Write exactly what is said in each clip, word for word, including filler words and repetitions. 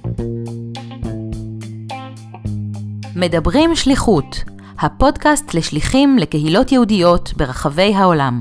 מדברים שליחות, הפודקאסט לשליחים לקהילות יהודיות ברחבי העולם.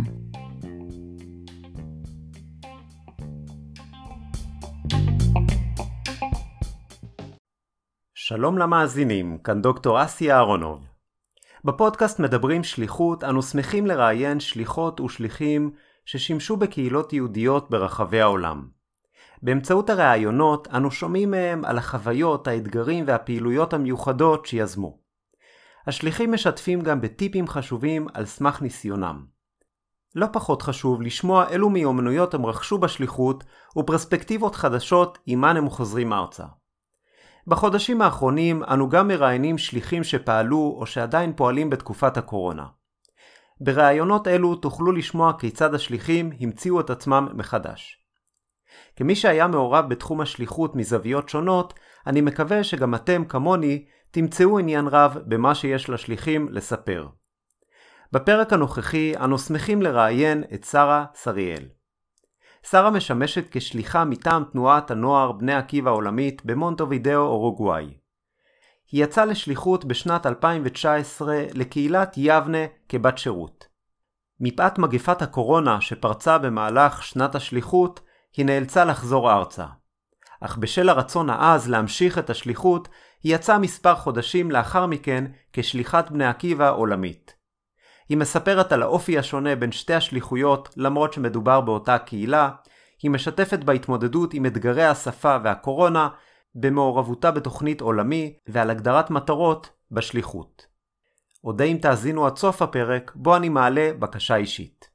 שלום למאזינים, כאן דוקטור אסי אהרונוב. בפודקאסט מדברים שליחות, אנו שמחים לראיין שליחות ושליחים ששימשו בקהילות יהודיות ברחבי העולם. באמצעות הראיונות אנו שומעים מהם על החוויות, האתגרים והפעילויות המיוחדות שיזמו. השליחים משתפים גם בטיפים חשובים על סמך ניסיונם. לא פחות חשוב לשמוע אילו מיומנויות הם רכשו בשליחות ופרספקטיבות חדשות עימן הם חוזרים ארצה. בחודשים האחרונים אנו גם מראיינים שליחים שפעלו או שעדיין פועלים בתקופת הקורונה. בראיונות אלו תוכלו לשמוע כיצד השליחים המציאו את עצמם מחדש. כמי שהיה מעורב בתחום השליחות מזוויות שונות, אני מקווה שגם אתם כמוני תמצאו עניין רב במה שיש לשליחים לספר. בפרק הנוכחי אנו שמחים לראיין את שרה סריאל. שרה משמשת כשליחה מטעם תנועת הנוער בני עקיבא העולמית במונטווידאו, אורוגוואי. היא יצאה לשליחות בשנת אלפיים תשע עשרה לקהילת יבנה כבת שירות. מפאת מגפת הקורונה שפרצה במהלך שנת השליחות, היא נאלצה לחזור ארצה. אך בשל הרצון העז להמשיך את השליחות, היא יצאה מספר חודשים לאחר מכן כשליחת בני עקיבא עולמית. היא מספרת על האופי השונה בין שתי השליחויות למרות שמדובר באותה קהילה, היא משתפת בהתמודדות עם אתגרי השפה והקורונה, במעורבותה בתוכנית עולמי ועל הגדרת מטרות בשליחות. אודה אם תאזינו עד סוף הפרק, בו אני מעלה בקשה אישית.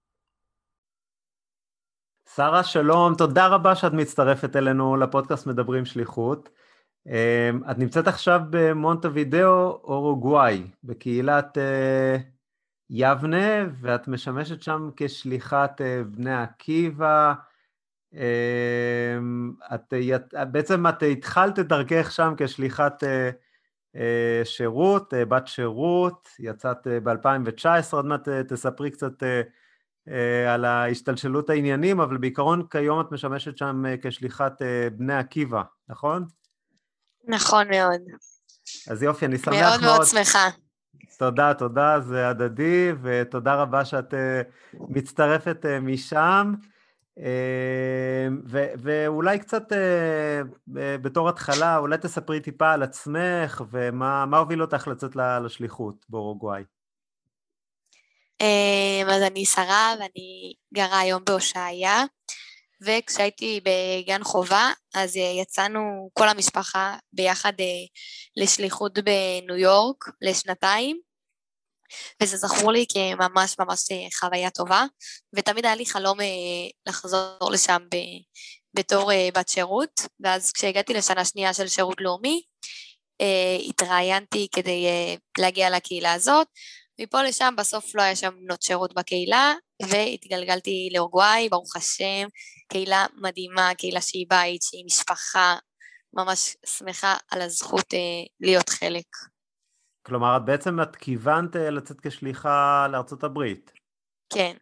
שרה, שלום, תודה רבה שאת מצטרפת אלינו לפודקאסט מדברים שליחות. את נמצאת עכשיו במונטווידאו, אורוגוואי, בקהילת יבנה, ואת משמשת שם כשליחת בני עקיבא. את, בעצם את התחלת את דרכך שם כשליחת שירות, בת שירות, יצאת ב-אלפיים תשע עשרה, עוד מעט תספרי קצת על ההשתלשלות העניינים, אבל בעיקרון כיום את משמשת שם כשליחת בני עקיבא, נכון? נכון מאוד. אז יופי, אני שמח מאוד. מאוד. מאוד מאוד שמחה. תודה, תודה, זה הדדי, ותודה רבה שאת uh, מצטרפת uh, משם, uh, ו- ואולי קצת uh, uh, בתור התחלה, אולי תספרי טיפה על עצמך, ומה מה הוביל אותך לצאת לשליחות באורוגוואי. אז אני שרה, ואני גרה היום בהושעיה, וכשהייתי בגן חובה, אז יצאנו כל המשפחה ביחד לשליחות בניו יורק לשנתיים, וזה זכור לי כממש ממש חוויה טובה, ותמיד היה לי חלום לחזור לשם בתור בת שירות, ואז כשהגעתי לשנה שנייה של שירות לאומי, התראיינתי כדי להגיע לקהילה הזאת, מפה לשם בסוף לא היה שם בנות שירות בקהילה, והתגלגלתי לאורוגוואי, ברוך השם, קהילה מדהימה, קהילה שהיא בית, שהיא משפחה, ממש שמחה על הזכות אה, להיות חלק. כלומר, את בעצם את כיוונת לצאת כשליחה לארצות הברית. כן.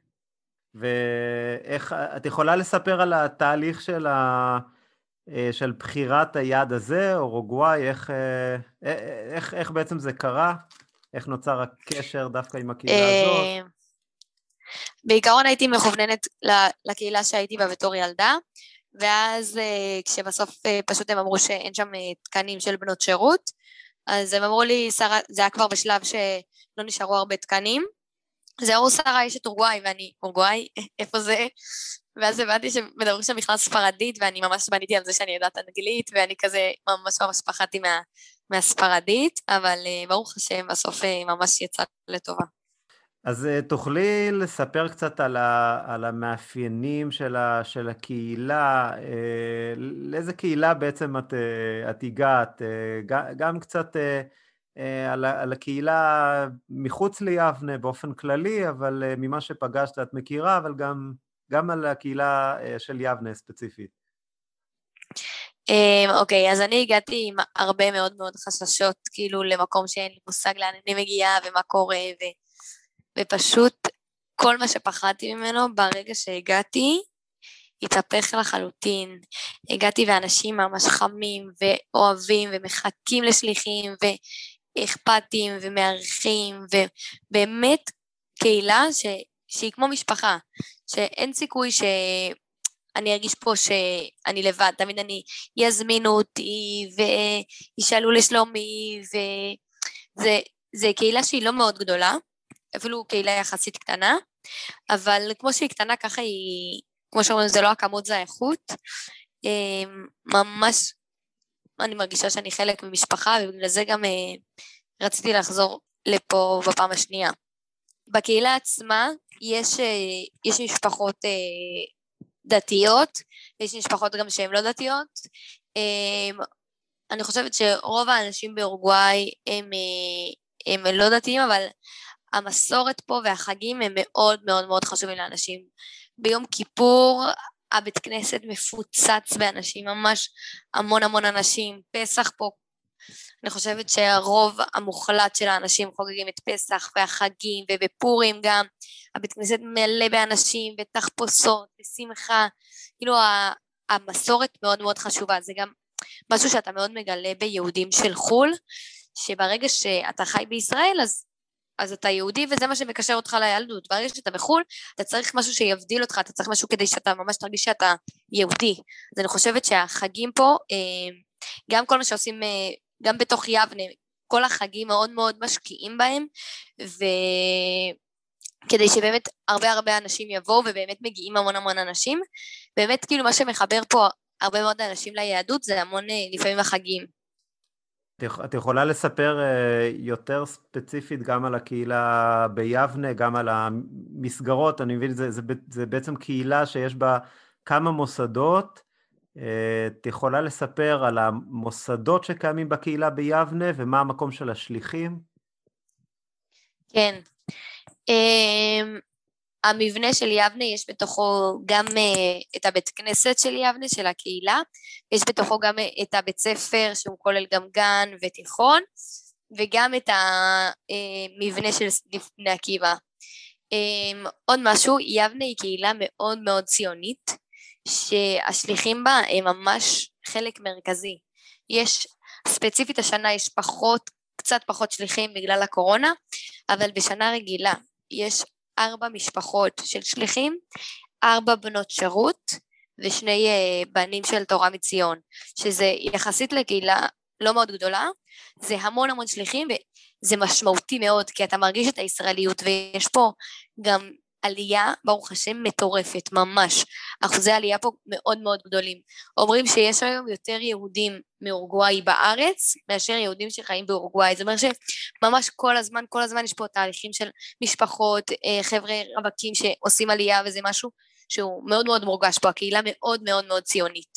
ואיך, את יכולה לספר על התהליך של, ה, של בחירת היעד הזה, אורוגוואי, איך, איך, איך בעצם זה קרה? איך נוצר הקשר דווקא עם הקהילה הזאת? בעיקרון הייתי מכווננת לקהילה שהייתי בה בתור ילדה, ואז כשבסוף פשוט הם אמרו שאין שם תקנים של בנות שירות, אז הם אמרו לי, שרה, זה היה כבר בשלב שלא נשארו הרבה תקנים, אז אמרו, שרה, יש את אורוגוואי, ואני, אורוגוואי, איפה זה? ואז הבנתי שמדברים שם בכלל ספרדית, ואני ממש בניתי על זה שאני יודעת אנגלית, ואני כזה ממש ממש פחדתי מה, מהספרדית, אבל ברוך השם, בסוף ממש יצא לטובה. אז תוכלי לספר קצת על, ה, על המאפיינים של, ה, של הקהילה, לאיזה קהילה בעצם את, את הגעת, גם קצת על, על הקהילה מחוץ ליבנה באופן כללי, אבל ממה שפגשת את מכירה, אבל גם, גם על הקהילה של יבנה ספציפית. אוקיי, אז אני הגעתי עם הרבה מאוד מאוד חששות, כאילו למקום שאין לי מושג לאן אני מגיעה ומה קורה, ו... ופשוט כל מה שפחדתי ממנו ברגע שהגעתי, התהפך לחלוטין. הגעתי ואנשים ממש חמים ואוהבים ומחכים לשליחים ואכפתים ומארחים, ובאמת קהילה ש, שהיא כמו משפחה, שאין סיכוי שאני ארגיש פה שאני לבד, תמיד אני יזמינו אותי וישאלו לשלומי, וזה זה קהילה שהיא לא מאוד גדולה, אפילו קהילה יחסית קטנה, אבל כמו שהיא קטנה ככה היא, כמו שאומרים, זה לא הכמות, זה האיכות. ממש אני מרגישה שאני חלק ממשפחה, ובגלל זה גם רציתי לחזור לפה בפעם השנייה. בקהילה עצמה יש, יש משפחות דתיות, ויש משפחות גם שהן לא דתיות. אני חושבת שרוב האנשים באורוגוואי הם, הם לא דתיים, אבל המסורת פה והחגים הם מאוד מאוד מאוד חשובים לאנשים. ביום כיפור הבית כנסת מפוצץ באנשים, ממש המון המון אנשים. פסח פה, אני חושבת שהרוב המוחלט של האנשים חוגגים את פסח והחגים, ובפורים גם הבית כנסת מלא באנשים ותחפושות ושמחה. כאילו המסורת מאוד מאוד חשובה. זה גם משהו שאתה מאוד מגלה ביהודים של חול, שברגע שאתה חי בישראל אז אז אתה יהודי, וזה מה שמקשר אותך לילדות. ברגע שאתה בחול, אתה צריך משהו שיבדיל אותך, אתה צריך משהו כדי שאתה ממש תרגיש שאתה יהודי. אז אני חושבת שהחגים פה, גם כל מה שעושים, גם בתוך יבנה, כל החגים מאוד מאוד משקיעים בהם, וכדי שבאמת הרבה הרבה אנשים יבואו, ובאמת מגיעים המון המון אנשים, באמת כאילו מה שמחבר פה הרבה מאוד אנשים ליהדות, זה המון לפעמים החגים. את יכולה לספר יותר ספציפית גם על הקהילה ביבנה, גם על המסגרות? אני מבין, זה, זה, זה בעצם קהילה שיש בה כמה מוסדות. את יכולה לספר על המוסדות שקיימים בקהילה ביבנה, ומה המקום של השליחים? כן. המבנה של יבנה יש בתוכו גם את הבית כנסת של יבנה, של הקהילה, יש בתוכו גם את הבית ספר שהוא כולל גם גן ותיכון, וגם את המבנה של בני עקיבא. עוד משהו, יבנה היא קהילה מאוד מאוד ציונית, שהשליחים בה הם ממש חלק מרכזי. יש, ספציפית השנה יש פחות, קצת פחות שליחים בגלל הקורונה, אבל בשנה רגילה יש ארבע משפחות של שליחים, ארבע בנות שירות, ושני בנים של תורה מציון, שזה יחסית לקהילה לא מאוד גדולה, זה המון המון שליחים, וזה משמעותי מאוד, כי אתה מרגיש את הישראליות, ויש פה גם עלייה, ברוך השם, מטורפת, ממש. אחוזי עלייה פה מאוד מאוד גדולים. אומרים שיש היום יותר יהודים מאורוגוואי בארץ, מאשר יהודים שחיים באורוגוואי. זאת אומרת שממש כל הזמן, כל הזמן יש פה תהליכים של משפחות, חבר'ה רווקים שעושים עלייה, וזה משהו שהוא מאוד מאוד מורגש פה. הקהילה מאוד מאוד מאוד ציונית.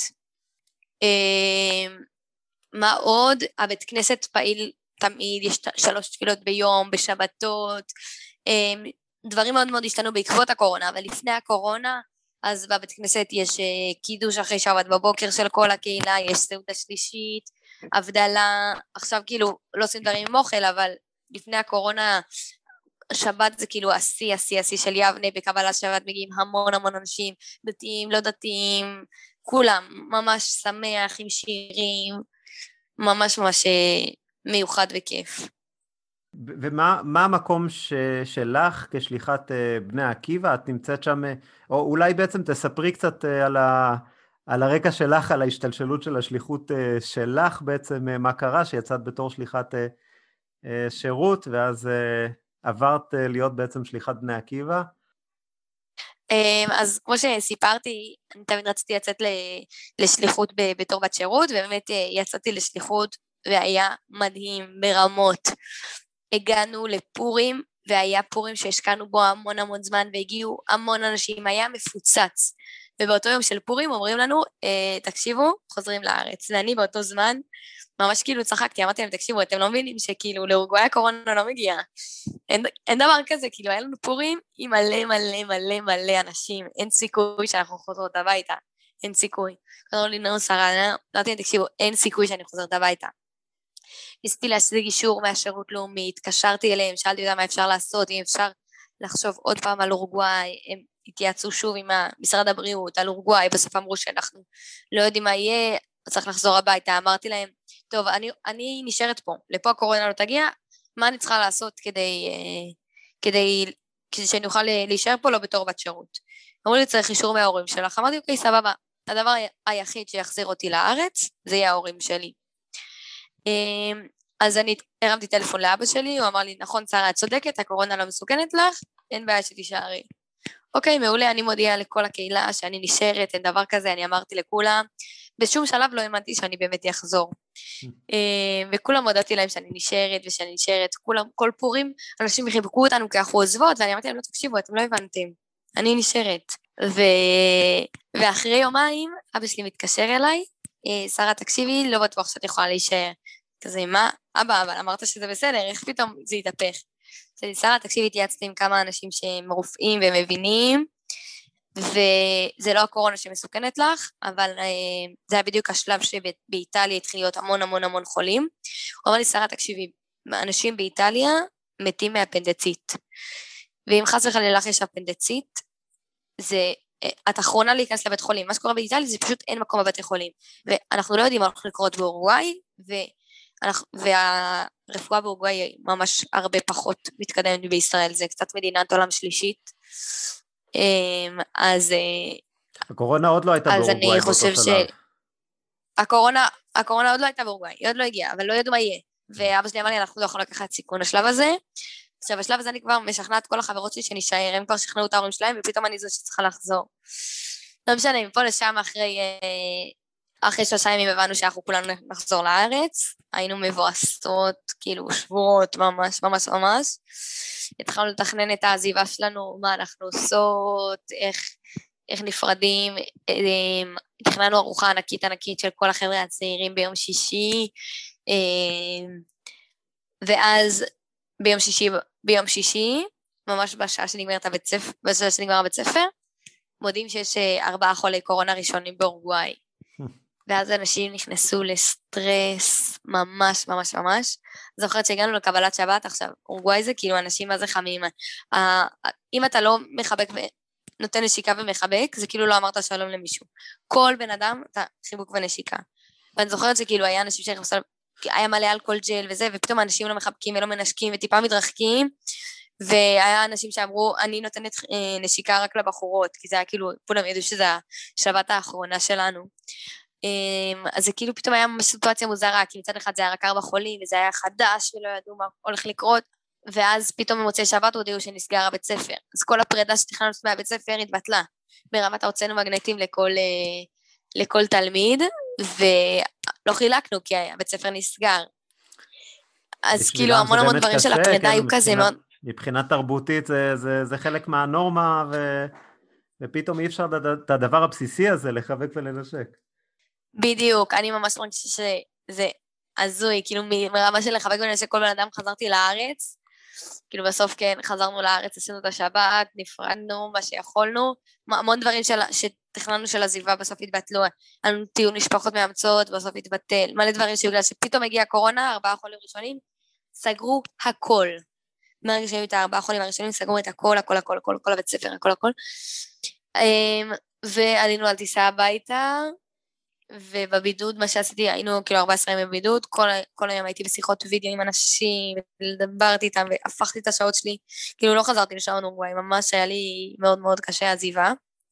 מה עוד? הבית כנסת פעיל תמיד, יש שלוש תפילות ביום, בשבתות, דברים מאוד מאוד השתנו בעקבות הקורונה, אבל לפני הקורונה, אז בבית כנסת יש קידוש אחרי שבת בבוקר של כל הקהילה, יש סעודה שלישית, הבדלה, עכשיו כאילו לא עושים דברים עם אוכל, אבל לפני הקורונה, שבת זה כאילו השיא, השיא, השיא של יבנה, בקבלת שבת מגיעים המון המון אנשים, דתיים, לא דתיים, כולם, ממש שמח עם שירים, ממש ממש מיוחד וכיף. ומה מה המקום ש, שלך כשליחת בני עקיבא? את נמצאת שם, או אולי בעצם תספרי קצת על, ה, על הרקע שלך, על ההשתלשלות של השליחות שלך בעצם, מה קרה שיצאת בתור שליחת שירות, ואז עברת להיות בעצם שליחת בני עקיבא? אז כמו שסיפרתי, אני תמיד רציתי לצאת לשליחות בתור בת שירות, ובאמת יצאתי לשליחות והיה מדהים ברמות. הגענו לפורים, והיה פורים שהשקענו בו המון המון זמן, והגיעו המון אנשים, היה מפוצץ. ובאותו יום של פורים אומרים לנו, תקשיבו, חוזרים לארץ. ואני באותו זמן, ממש כאילו צחקתי, אמרתי להם, תקשיבו, אתם לא מבינים שכאילו לאורוגוואי הקורונה לא מגיעה. אין, אין דבר כזה, כאילו היה לנו פורים עם מלא מלא מלא מלא אנשים, אין סיכוי שאנחנו חוזרות הביתה, אין סיכוי. קראו לי נו שרה, אמרתי להם, תקשיבו, אין סיכוי שאני חוזרת הביתה. ניסיתי להשיג אישור מהשירות לאומי, התקשרתי אליהם, שאלתי אותם מה אפשר לעשות, אם אפשר לחשוב עוד פעם על אורוגוואי, הם התייעצו שוב עם משרד הבריאות על אורוגוואי, בסוף אמרו שאנחנו לא יודעים מה יהיה, צריך לחזור הביתה, אמרתי להם, טוב, אני, אני נשארת פה, לפה הקורונה לא תגיע, מה אני צריכה לעשות כדי, כדי, כדי שאני אוכל להישאר פה לא בתור בת שירות? אמרו לי, צריך אישור מההורים שלך, אמרתי, אוקיי, סבבה, הדבר היחיד שיחזיר אותי לארץ, זה יהיה ההורים שלי. אז אני הרמתי טלפון לאבא שלי, הוא אמר לי, נכון, שרה, את צודקת, הקורונה לא מסוכנת לך, אין בעיה שתישארי. אוקיי, מעולה, אני מודיעה לכל הקהילה שאני נשארת, אין דבר כזה, אני אמרתי לכולם, בשום שלב לא האמנתי שאני באמת אחזור. וכולם הודעתי להם שאני נשארת ושאני נשארת, כולם, כל פורים, אנשים חיבקו אותנו כי אנחנו עוזבות, ואני אמרתי להם, לא תקשיבו, אתם לא הבנתם, אני נשארת. ו... ואחרי יומיים, אבא שלי מתקשר אליי, שרה, תקשיבי, לא בטוח שאת יכולה להישאר. כזה, מה? אבא, אבל אמרת שזה בסדר, איך פתאום זה יתהפך? שרה, תקשיבי, התייעצתי עם כמה אנשים שהם רופאים ומבינים, וזה לא הקורונה שמסוכנת לך, אבל זה היה בדיוק השלב שבאיטליה התחיל להיות המון המון המון חולים. הוא אמר לי, שרה, תקשיבי, אנשים באיטליה מתים מאפנדצית, ואם חס וחלילה לך יש אפנדצית, זה, את אחרונה להיכנס לבית חולים. מה שקורה באיטליה זה פשוט אין מקום בבתי חולים, ואנחנו לא יודעים מה הולך לקרות באורוגוואי, והרפואה באורוגוואי היא ממש הרבה פחות מתקדמת בישראל, זה קצת מדינת עולם שלישית, אז... הקורונה עוד לא הייתה באורוגוואי באותו שלב. הקורונה, הקורונה עוד לא הייתה באורוגוואי, היא עוד לא הגיעה, אבל לא ידעו מה יהיה, ואבא שלי אמר לי, אנחנו לא יכולים לקחת סיכון לשלב הזה. עכשיו, בשלב הזה אני כבר משכנעת כל החברות שלי שנשאר, הם כבר שכנעו את ההורים שלהם, ופתאום אני זו שצריכה לחזור. לא משנה, מפה לשם אחרי... אחרי שלושה ימים הבנו שאנחנו כולנו נחזור לארץ, היינו מבואסות, כאילו שבועות, ממש, ממש, ממש. התחלנו לתכנן את העזיבה שלנו, מה אנחנו עושות, איך, איך נפרדים, תכננו ארוחה ענקית ענקית של כל החבר'ה הצעירים ביום שישי, ואז ביום שישי, ביום שישי, ממש בשעה שנגמרת הבית ספר, בשעה שנגמר הבית ספר, מודיעים שיש ארבעה חולי קורונה ראשונים באורוגוואי. ואז אנשים נכנסו לסטרס ממש ממש ממש. זוכרת שהגענו לקבלת שבת עכשיו, אורוגוואי זה כאילו אנשים מה זה חמים. אם אתה לא מחבק, נותן נשיקה ומחבק, זה כאילו לא אמרת שלום למישהו. כל בן אדם, אתה חיבוק ונשיקה. ואני זוכרת שכאילו היה אנשים שנכנסו, היה מלא אלכוהול ג'ל וזה, ופתאום אנשים לא מחבקים ולא מנשקים וטיפה מתרחקים, והיה אנשים שאמרו, אני נותנת נשיקה רק לבחורות, כי זה היה כאילו, כולם ידעו שזה השבת האחרונה שלנו. אז זה כאילו פתאום היה סיטואציה מוזרה, כי מצד אחד זה היה רק ארבע חולים, וזה היה חדש, ולא ידעו מה הולך לקרות, ואז פתאום במוצאי שבת הודיעו שנסגר הבית ספר, אז כל הפרידה שתכננו מהבית ספר התבטלה, ברמת ההוצאנו מגנטים לכל, לכל תלמיד, ולא חילקנו, כי הבית ספר נסגר. אז כאילו המון המון דברים של הפרידה היו כזה מאוד... מבחינה תרבותית זה, זה, זה חלק מהנורמה, ו... ופתאום אי אפשר את הדבר הבסיסי הזה לחבק ולנשק. בדיוק, אני ממש מרגישה שזה הזוי, כאילו מרמה של לחבק ולנשק כל בן אדם חזרתי לארץ, כאילו בסוף כן חזרנו לארץ, עשינו את השבת, נפרדנו מה שיכולנו, המון דברים של, שתכננו של עזיבה בסוף התבטלו, לנו טיול משפחות מאמצות, בסוף התבטל, מלא דברים שבגלל שפתאום הגיעה קורונה, ארבעה חולים ראשונים, סגרו הכל. מהרגע שהיו את הארבעה חולים הראשונים, סגרו את הכל, הכל, הכל, הכל, כל הבית ספר, הכל, הכל. ועלינו על טיסה הביתה, ובבידוד מה שעשיתי, היינו כאילו ארבעה עשר ימים בבידוד, כל, כל היום הייתי בשיחות וידאו עם אנשים, ודברתי איתם, והפכתי את השעות שלי, כאילו לא חזרתי לשעון אורוגוואי, ממש היה לי מאוד מאוד קשה עזיבה.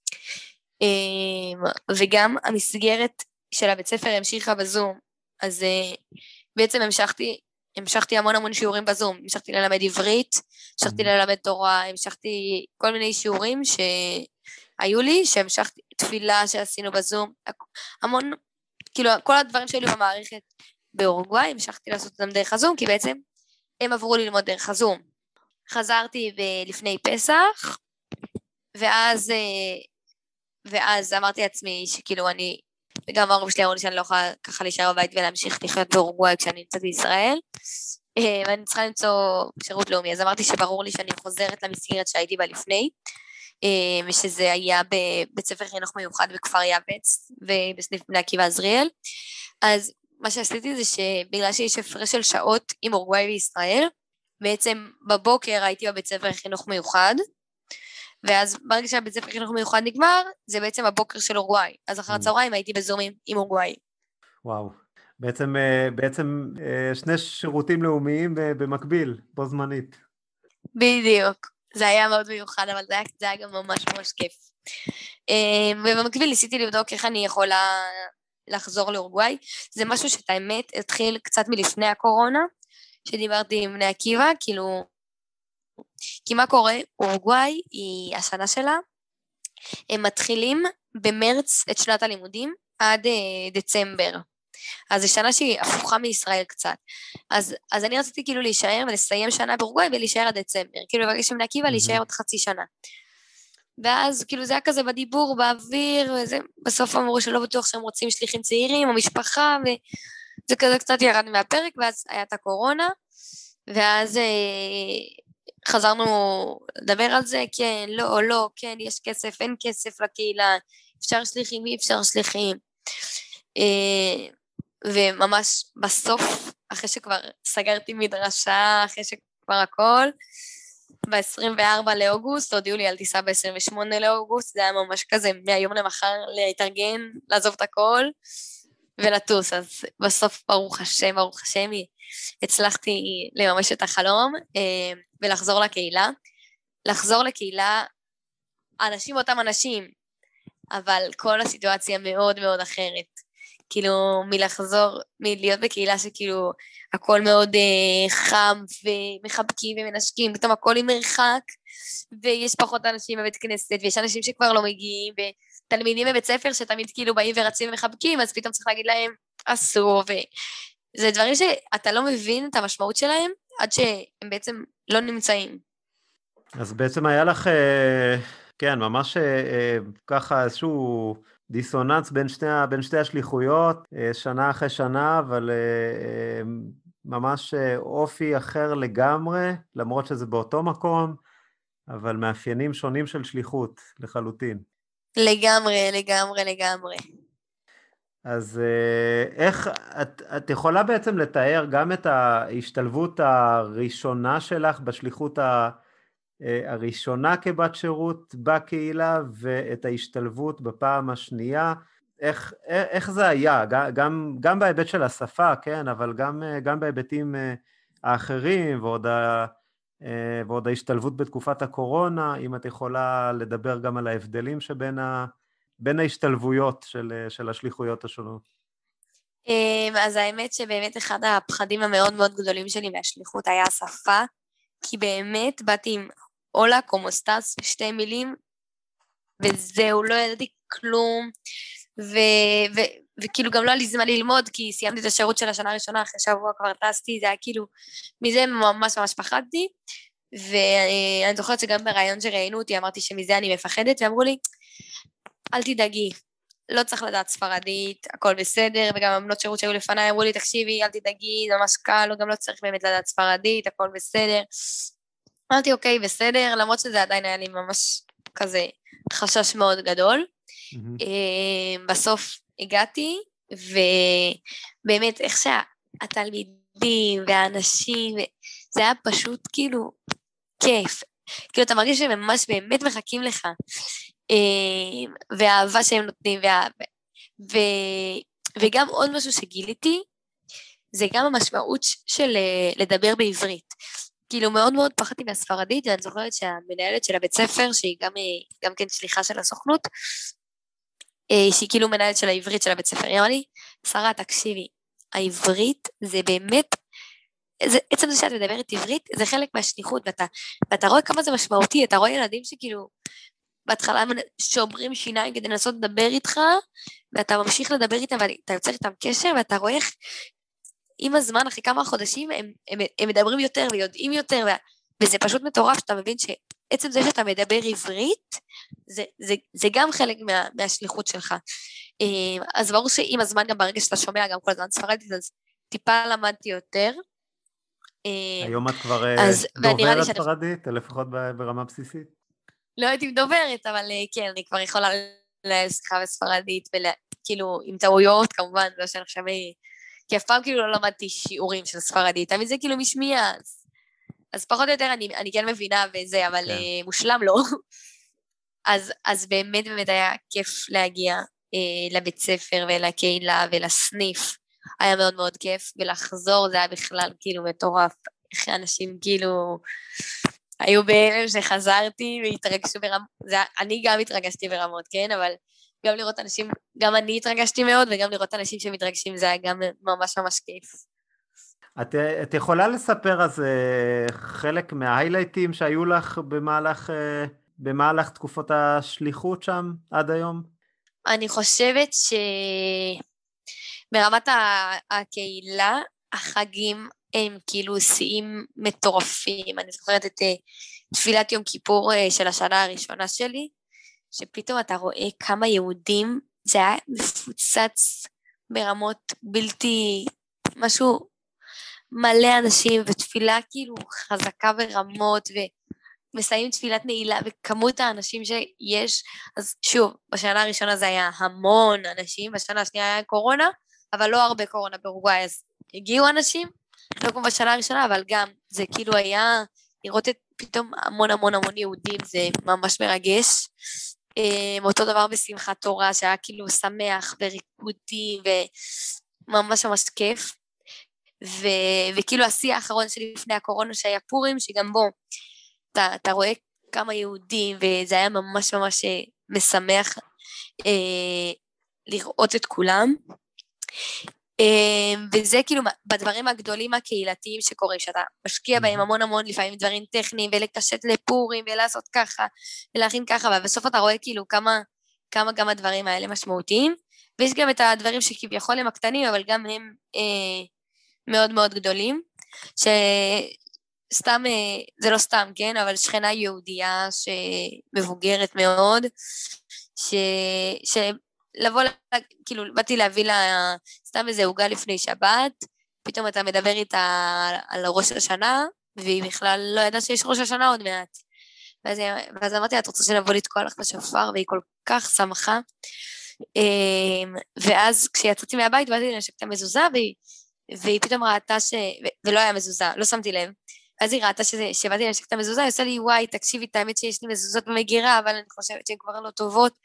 וגם המסגרת של הבית ספר המשיכה בזום, אז בעצם המשכתי, המשכתי המון המון שיעורים בזום, המשכתי ללמד עברית, המשכתי ללמד תורה, המשכתי כל מיני שיעורים שהיו לי, שהמשכתי תפילה שעשינו בזום, המון, כאילו כל הדברים שהיו לי במערכת באורוגוואי, המשכתי לעשות אותם דרך הזום, כי בעצם הם עברו ללמוד דרך הזום. חזרתי לפני פסח, ואז, ואז אמרתי לעצמי שכאילו אני, וגם ההורים שלי אמרו לי שאני לא יכולה ככה להישאר בבית ולהמשיך לחיות באורוגוואי כשאני נמצאת בישראל, ואני צריכה למצוא שירות לאומי, אז אמרתי שברור לי שאני חוזרת למסגרת שהייתי בה לפני, ושזה היה בבית ספר חינוך מיוחד בכפר יבץ, ובסניף בני עקיבא עזריאל, אז מה שעשיתי זה שבגלל שיש הפרש של שעות עם אורוגוואי וישראל, בעצם בבוקר הייתי בבית ספר חינוך מיוחד, ואז ברגע שהבית ספר חינוך מיוחד נגמר, זה בעצם הבוקר של אורוגוואי. אז אחר Mm. הצהריים הייתי בזומים עם אורוגוואי. וואו. בעצם, אה, בעצם אה, שני שירותים לאומיים ב- במקביל, בו זמנית. בדיוק. זה היה מאוד מיוחד, אבל זה היה, זה היה גם ממש ממש כיף. אה, ובמקביל ניסיתי לבדוק איך אני יכולה לחזור לאורוגוואי. זה משהו שאת האמת התחיל קצת מלפני הקורונה, שדיברתי עם בני עקיבא, כאילו, כי מה קורה? אורוגוואי היא השנה שלה, הם מתחילים במרץ את שנת הלימודים עד אה, דצמבר. אז זו שנה שהיא הפוכה מישראל קצת. אז, אז אני רציתי כאילו להישאר ולסיים שנה באורוגוואי ולהישאר עד דצמבר. כאילו לבקש עם בני עקיבא להישאר עוד חצי שנה. ואז כאילו זה היה כזה בדיבור, באוויר, וזה, בסוף אמרו שלא בטוח שהם רוצים שליחים צעירים או משפחה, וזה כזה קצת ירד מהפרק, ואז היה את הקורונה, ואז אה, חזרנו לדבר על זה, כן, לא, לא, כן, יש כסף, אין כסף לקהילה, אפשר שליחים, אי אפשר שליחים. אה, וממש בסוף, אחרי שכבר סגרתי מדרשה, אחרי שכבר הכל, ב-עשרים וארבעה לאוגוסט, הודיעו לי על טיסה ב-עשרים ושמונה לאוגוסט, זה היה ממש כזה מהיום למחר להתארגן, לעזוב את הכל ולטוס. אז בסוף, ברוך השם, ברוך השם, הצלחתי לממש את החלום ולחזור לקהילה. לחזור לקהילה, אנשים אותם אנשים, אבל כל הסיטואציה מאוד מאוד אחרת. כאילו, מלחזור, מלהיות בקהילה שכאילו הכל מאוד uh, חם ומחבקים ומנשקים, פתאום הכל עם מרחק, ויש פחות אנשים בבית כנסת, ויש אנשים שכבר לא מגיעים, ותלמידים בבית ספר שתמיד כאילו באים ורצים ומחבקים, אז פתאום צריך להגיד להם, אסור, וזה דברים שאתה לא מבין את המשמעות שלהם, עד שהם בעצם לא נמצאים. אז בעצם היה לך, כן, ממש ככה איזשהו דיסוננס בין שתי, בין שתי השליחויות, שנה אחרי שנה, אבל ממש אופי אחר לגמרי, למרות שזה באותו מקום, אבל מאפיינים שונים של שליחות לחלוטין. לגמרי, לגמרי, לגמרי. אז איך, את, את יכולה בעצם לתאר גם את ההשתלבות הראשונה שלך בשליחות ה... הראשונה כבת שירות בקהילה, ואת ההשתלבות בפעם השנייה, איך, איך זה היה, גם, גם בהיבט של השפה, כן, אבל גם, גם בהיבטים האחרים, ועוד, ה, ועוד ההשתלבות בתקופת הקורונה, אם את יכולה לדבר גם על ההבדלים שבין ה, בין ההשתלבויות של, של השליחויות השונות. אז האמת שבאמת אחד הפחדים המאוד מאוד גדולים שלי מהשליחות היה השפה, כי באמת באתי עם אולה, קומוסטס, שתי מילים, וזהו, לא ידעתי כלום, ו- ו- וכאילו גם לא היה לי זמן ללמוד, כי סיימתי את השירות של השנה הראשונה, אחרי שבוע כבר טסתי, זה היה כאילו, מזה ממש ממש פחדתי, ואני זוכרת שגם ברעיון שראיינו אותי, אמרתי שמזה אני מפחדת, ואמרו לי, אל תדאגי, לא צריך לדעת ספרדית, הכל בסדר, וגם הבנות שירות שהיו לפניי אמרו לי, תקשיבי, אל תדאגי, זה ממש קל, גם לא צריך באמת לדעת ספרדית, הכל בסדר. אמרתי, אוקיי, בסדר, למרות שזה עדיין היה לי ממש כזה חשש מאוד גדול. Mm-hmm. בסוף הגעתי, ובאמת, איך שהתלמידים והאנשים, זה היה פשוט כאילו כיף. כאילו, אתה מרגיש שהם ממש באמת מחכים לך. והאהבה שהם נותנים, וה... ו... וגם עוד משהו שגיליתי, זה גם המשמעות של לדבר בעברית. כאילו מאוד מאוד פחדתי מהספרדית, ואני זוכרת שהמנהלת של הבית ספר, שהיא גם, גם כן שליחה של הסוכנות, שהיא כאילו מנהלת של העברית של הבית ספר, היא אמרה לי, שרה, תקשיבי, העברית זה באמת, זה, עצם זה שאת מדברת עברית, זה חלק מהשליחות, ואתה, ואתה רואה כמה זה משמעותי, אתה רואה ילדים שכאילו, בהתחלה שומרים שיניים כדי לנסות לדבר איתך, ואתה ממשיך לדבר איתם, ואתה יוצר איתם קשר, ואתה רואה איך, עם הזמן, אחרי כמה חודשים, הם, הם, הם מדברים יותר ויודעים יותר, וזה פשוט מטורף, שאתה מבין שעצם זה שאתה מדבר עברית, זה, זה, זה גם חלק מה, מהשליחות שלך. אז ברור שעם הזמן, גם ברגע שאתה שומע גם כל הזמן ספרדית, אז טיפה למדתי יותר. היום את כבר אז, דוברת ספרדית, שאני... לפחות ברמה בסיסית? לא הייתי מדוברת, אבל כן, אני כבר יכולה לשיחה בספרדית, וכאילו עם טעויות, כמובן, לא שאני חושב... כי אף פעם כאילו לא למדתי שיעורים של ספרדית, תמיד זה כאילו משמיע, אז, אז פחות או יותר אני, אני כן מבינה וזה, אבל כן. uh, מושלם לא. אז, אז באמת באמת היה כיף להגיע אה, לבית ספר ולקהילה ולסניף, היה מאוד מאוד כיף, ולחזור זה היה בכלל כאילו מטורף, איך אנשים כאילו היו בהלם שחזרתי והתרגשו ברמות, אני גם התרגשתי ברמות, כן, אבל גם לראות אנשים, גם אני התרגשתי מאוד, וגם לראות אנשים שמתרגשים זה היה גם ממש ממש כיף. את, את יכולה לספר אז חלק מההיילייטים שהיו לך במהלך, במהלך תקופות השליחות שם עד היום? אני חושבת שברמת הקהילה, החגים הם כאילו שיאים מטורפים. אני זוכרת את תפילת יום כיפור של השנה הראשונה שלי, שפתאום אתה רואה כמה יהודים, זה היה מפוצץ ברמות בלתי, משהו מלא אנשים, ותפילה כאילו חזקה ברמות, ומסיים תפילת נעילה, וכמות האנשים שיש, אז שוב, בשנה הראשונה זה היה המון אנשים, בשנה השנייה היה קורונה, אבל לא הרבה קורונה באורוגוואי, אז הגיעו אנשים, לא כמו בשנה הראשונה, אבל גם זה כאילו היה, לראות את פתאום המון המון המון יהודים, זה ממש מרגש. אותו דבר בשמחת תורה, שהיה כאילו שמח וריקודי, וממש ממש כיף. ו, וכאילו השיא האחרון שלי לפני הקורונה שהיה פורים, שגם בו אתה, אתה רואה כמה יהודים, וזה היה ממש ממש משמח אה, לראות את כולם. אה, וזה כאילו בדברים הגדולים הקהילתיים שקורים, שאתה משקיע בהם המון המון, לפעמים דברים טכניים, ולקשט לפורים, ולעשות ככה, ולהכין ככה, ובסוף אתה רואה כאילו כמה, כמה גם הדברים האלה משמעותיים, ויש גם את הדברים שכביכול הם הקטנים, אבל גם הם אה, מאוד מאוד גדולים, שסתם, זה לא סתם, כן, אבל שכנה יהודייה שמבוגרת מאוד, ש... שלבוא, כאילו, באתי להביא לה סתם איזה עוגה לפני שבת, פתאום אתה מדבר איתה על ראש השנה, והיא בכלל לא ידעה שיש ראש השנה עוד מעט. ואז, ואז אמרתי, את רוצה שנבוא לתקוע לך בשופר, והיא כל כך שמחה. ואז כשיצאתי מהבית, באתי לנשק את המזוזה, והיא והיא פתאום ראתה ש... ולא היה מזוזה, לא שמתי לב. אז היא ראתה שבאתי לנשק את המזוזה, היא עושה לי, וואי, תקשיבי, את האמת שיש לי מזוזות במגירה, אבל אני חושבת שהן כבר לא טובות.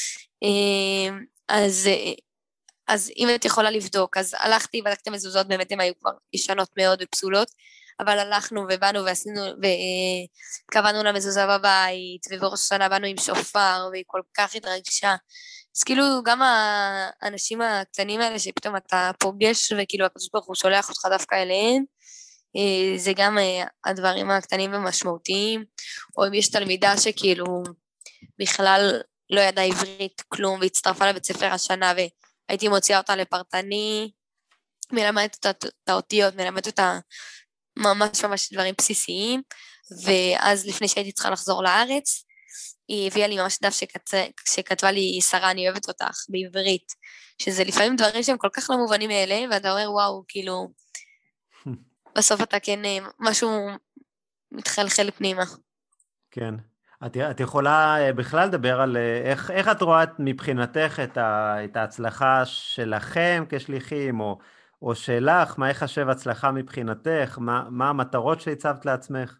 אז, אז אם את יכולה לבדוק, אז הלכתי, בדקת המזוזות, באמת הן היו כבר ישנות מאוד ופסולות, אבל הלכנו ובאנו ועשינו, וקבענו למזוזה בבית, ובראש השנה באנו עם שופר, והיא כל כך התרגשה. אז כאילו גם האנשים הקטנים האלה שפתאום אתה פוגש וכאילו הקדוש ברוך הוא שולח אותך דווקא אליהם, זה גם הדברים הקטנים ומשמעותיים, או אם יש תלמידה שכאילו בכלל לא ידעה עברית כלום והצטרפה לבית ספר השנה והייתי מוציאה אותה לפרטני, מלמדת אותה את האותיות, מלמדת אותה ממש ממש דברים בסיסיים, ואז לפני שהייתי צריכה לחזור לארץ, היא הביאה לי ממש דף שכת... שכתבה לי, שרה, אני אוהבת אותך, בעברית, שזה לפעמים דברים שהם כל כך לא מובנים מאליהם, ואתה אומר, וואו, כאילו, בסוף אתה כן, משהו מתחלחל פנימה. כן. את, את יכולה בכלל לדבר על איך, איך את רואה מבחינתך את, ה, את ההצלחה שלכם כשליחים, או, או שלך, מה יחשב הצלחה מבחינתך, מה, מה המטרות שהצבת לעצמך?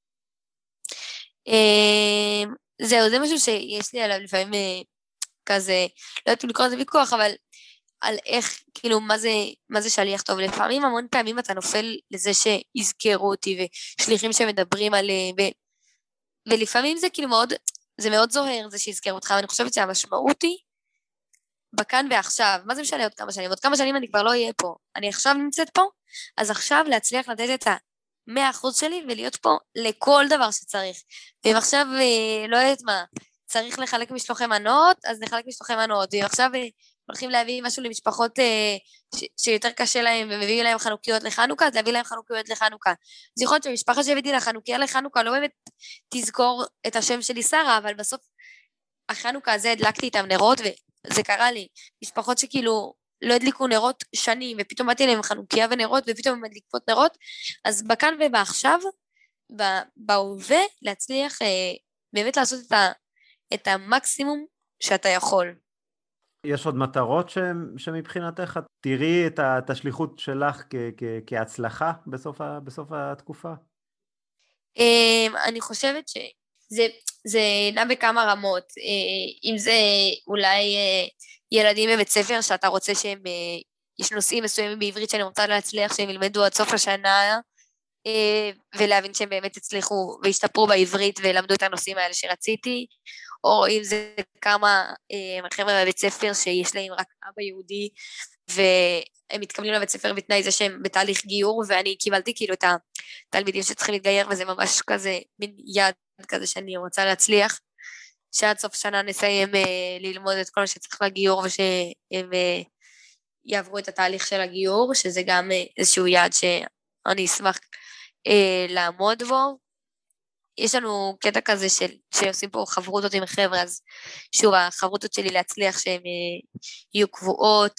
זהו, זה משהו שיש לי עליו לפעמים כזה, לא יודעת אם לקרוא לזה ויכוח, אבל על איך, כאילו, מה זה, מה זה שליח טוב. לפעמים, המון פעמים אתה נופל לזה שיזכרו אותי, ושליחים שמדברים עליהם, ו... ולפעמים זה כאילו מאוד, זה מאוד זוהר, זה שיזכרו אותך, ואני חושבת שהמשמעות היא, בכאן ועכשיו, מה זה משנה עוד כמה שנים? עוד כמה שנים אני כבר לא אהיה פה. אני עכשיו נמצאת פה, אז עכשיו להצליח לתת את ה... מאה אחוז שלי, ולהיות פה לכל דבר שצריך. ואם עכשיו, לא יודעת מה, צריך לחלק משלוחי מנות, אז נחלק משלוחי מנות. ואם עכשיו הולכים להביא משהו למשפחות ש- שיותר קשה להם, ומביאים להם חנוכיות לחנוכה, אז להביא להם חנוכיות לחנוכה. אז יכול להיות שהמשפחה שהבאתי לחנוכיה לחנוכה, לא באמת תזכור את השם שלי שרה, אבל בסוף החנוכה הזה הדלקתי איתם נרות, וזה קרה לי. משפחות שכאילו לא הדליקו נרות שנים, ופתאום באתי להם חנוכיה ונרות, ופתאום הם הדליקות נרות, אז בכאן ובעכשיו, בהווה, להצליח אה, באמת לעשות את, ה, את המקסימום שאתה יכול. יש עוד מטרות ש, שמבחינתך, תראי את, ה, את השליחות שלך כ, כ, כהצלחה בסוף, ה, בסוף התקופה? אה, אני חושבת ש... זה, זה נע בכמה רמות, אם זה אולי ילדים בבית ספר שאתה רוצה שהם, יש נושאים מסוימים בעברית שאני רוצה להצליח שהם ילמדו עד סוף השנה, ולהבין שהם באמת הצליחו והשתפרו בעברית ולמדו את הנושאים האלה שרציתי, או אם זה כמה חבר'ה בבית ספר שיש להם רק אבא יהודי, והם מתקבלים לבית ספר בתנאי זה שהם בתהליך גיור, ואני קיבלתי כאילו את התלמידים שצריכים להתגייר, וזה ממש כזה מין יד כזה שאני רוצה להצליח, שעד סוף שנה נסיים ללמוד את כל מה שצריך לגיור, ושהם יעברו את התהליך של הגיור, שזה גם איזשהו יעד שאני אשמח לעמוד בו. יש לנו קטע כזה של, שעושים פה חברותות עם חבר'ה, אז שוב, החברותות שלי להצליח שהן יהיו קבועות.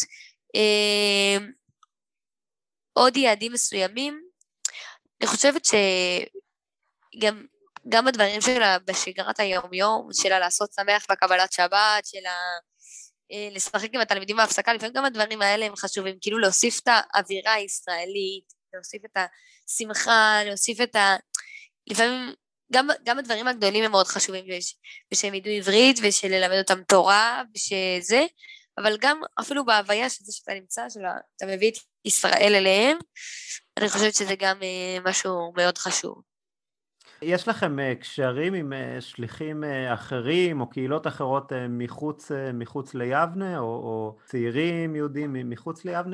עוד יעדים מסוימים, אני חושבת שגם גם בדברים שלה בשגרת היום-יום, שלה לעשות שמח בקבלת שבת, שלה לשחק עם התלמידים בהפסקה, לפעמים גם הדברים האלה הם חשובים, כאילו להוסיף את האווירה הישראלית, להוסיף את השמחה, להוסיף את ה... לפעמים גם, גם הדברים הגדולים הם מאוד חשובים, ושהם ידעו עברית, ושללמד אותם תורה, ושזה, אבל גם אפילו בהוויה של זה שאתה נמצא, שאתה מביא את ישראל אליהם, אני חושבת שזה גם משהו מאוד חשוב. יש לכם קשרים עם שליחים אחרים, או קהילות אחרות מחוץ, מחוץ ליבנה, או, או צעירים יהודים מחוץ ליבנה?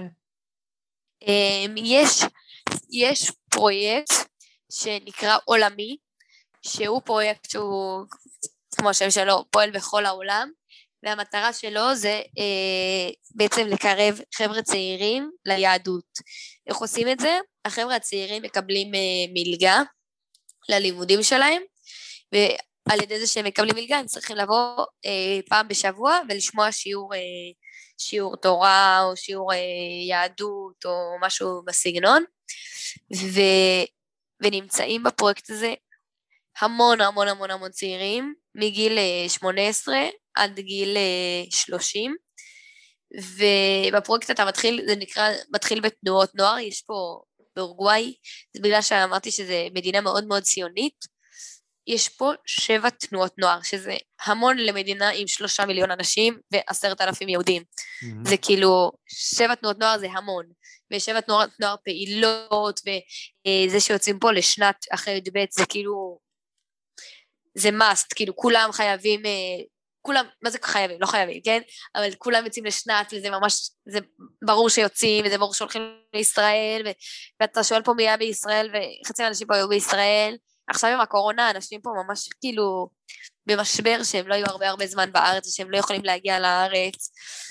יש, יש פרויקט שנקרא עולמי, שהוא פרויקט שהוא, כמו השם שלו, פועל בכל העולם, והמטרה שלו זה אה, בעצם לקרב חבר'ה צעירים ליהדות. איך עושים את זה? החבר'ה הצעירים מקבלים אה, מלגה ללימודים שלהם, ועל ידי זה שהם מקבלים מלגה, הם צריכים לבוא אה, פעם בשבוע ולשמוע שיעור, אה, שיעור תורה או שיעור אה, יהדות או משהו בסגנון, ו, ונמצאים בפרויקט הזה המון המון המון המון צעירים, מגיל שמונה עשרה עד גיל שלושים, ובפרויקט אתה מתחיל, זה נקרא, מתחיל בתנועות נוער, יש פה באורוגוואי, זה בגלל שאמרתי שזה מדינה מאוד מאוד ציונית, יש פה שבע תנועות נוער, שזה המון למדינה עם שלושה מיליון אנשים ועשרת אלפים יהודים, mm-hmm. זה כאילו, שבע תנועות נוער זה המון, ושבע תנועות נוער פעילות, וזה שיוצאים פה לשנת אחרי י"ב, זה כאילו, זה must, כאילו כולם חייבים, כולם, מה זה חייבים? לא חייבים, כן? אבל כולם יוצאים לשנת, וזה ממש, זה ברור שיוצאים, וזה ברור שהולכים לישראל, ו, ואתה שואל פה מי היה בישראל, וחצי מהאנשים פה היו בישראל, עכשיו עם הקורונה, אנשים פה ממש כאילו, במשבר שהם לא היו הרבה הרבה זמן בארץ, ושהם לא יכולים להגיע לארץ,